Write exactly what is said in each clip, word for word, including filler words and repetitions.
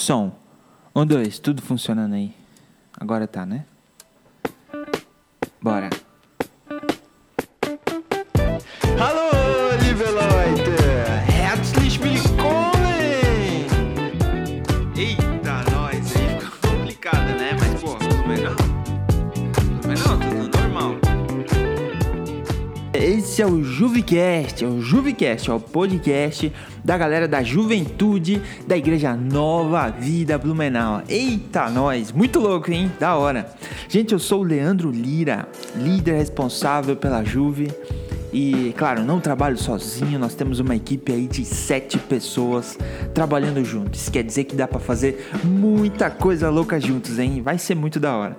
som. Um, dois, tudo funcionando aí. Agora tá, né? Bora. Hallo, liebe Leute! Herzlich willkommen! Eita, nós, aí ficou complicado, né? Mas, pô, tudo bem não? Tudo bem não? Tudo normal. Esse é o Juvicast, é o Juvicast, é o podcast da galera da juventude da Igreja Nova Vida Blumenau. Eita, nós, muito louco, hein? Da hora. Gente, eu sou o Leandro Lira, líder responsável pela Juve. E, claro, não trabalho sozinho, nós temos uma equipe aí de sete pessoas trabalhando juntos. Isso quer dizer que dá pra fazer muita coisa louca juntos, hein? Vai ser muito da hora.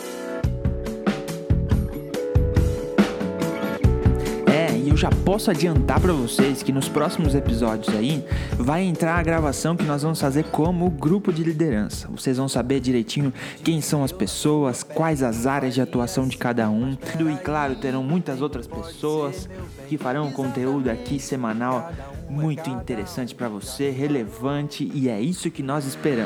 Eu já posso adiantar para vocês que nos próximos episódios aí vai entrar a gravação que nós vamos fazer como grupo de liderança. Vocês vão saber direitinho quem são as pessoas, quais as áreas de atuação de cada um. E claro, terão muitas outras pessoas que farão um conteúdo aqui semanal muito interessante para você, relevante, e é isso que nós esperamos.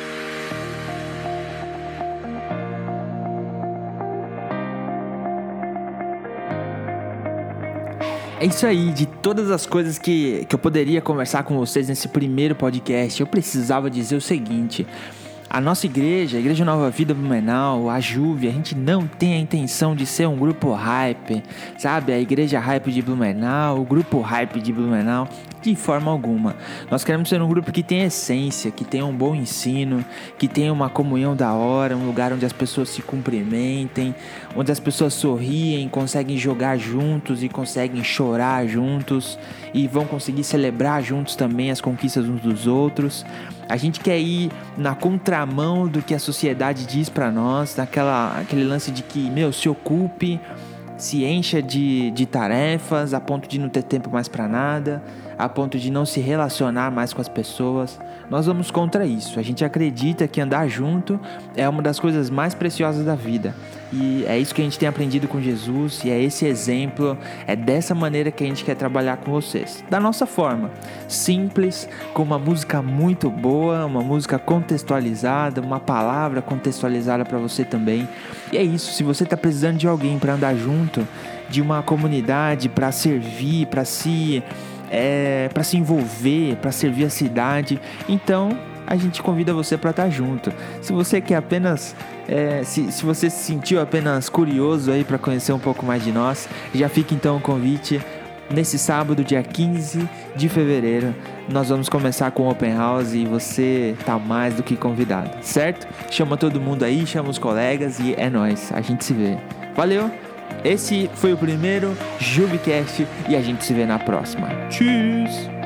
É isso aí, de todas as coisas que, que eu poderia conversar com vocês nesse primeiro podcast, eu precisava dizer o seguinte: a nossa igreja, a Igreja Nova Vida Blumenau, a Juve, a gente não tem a intenção de ser um grupo hype, sabe? A Igreja Hype de Blumenau, o grupo Hype de Blumenau, de forma alguma. Nós queremos ser um grupo que tem essência, que tenha um bom ensino, que tenha uma comunhão da hora, um lugar onde as pessoas se cumprimentem, onde as pessoas sorriem, conseguem jogar juntos e conseguem chorar juntos e vão conseguir celebrar juntos também as conquistas uns dos outros. A gente quer ir na contramão do que a sociedade diz pra nós, naquela, aquele lance de que, meu, se ocupe, se encha de, de tarefas, a ponto de não ter tempo mais pra nada, a ponto de não se relacionar mais com as pessoas. Nós vamos contra isso. A gente acredita que andar junto é uma das coisas mais preciosas da vida. E é isso que a gente tem aprendido com Jesus, e é esse exemplo, é dessa maneira que a gente quer trabalhar com vocês. Da nossa forma, simples, com uma música muito boa, uma música contextualizada, uma palavra contextualizada para você também. E é isso, se você está precisando de alguém para andar junto, de uma comunidade para servir, para se... É, para se envolver, para servir a cidade, então a gente convida você para estar junto. Se você quer apenas, é, se, se você se sentiu apenas curioso aí para conhecer um pouco mais de nós, já fica então o convite. Nesse sábado, dia quinze de fevereiro, nós vamos começar com o Open House e você tá mais do que convidado, certo? Chama todo mundo aí, chama os colegas e é nóis, a gente se vê. Valeu! Esse foi o primeiro Juvicast e a gente se vê na próxima. Tchau!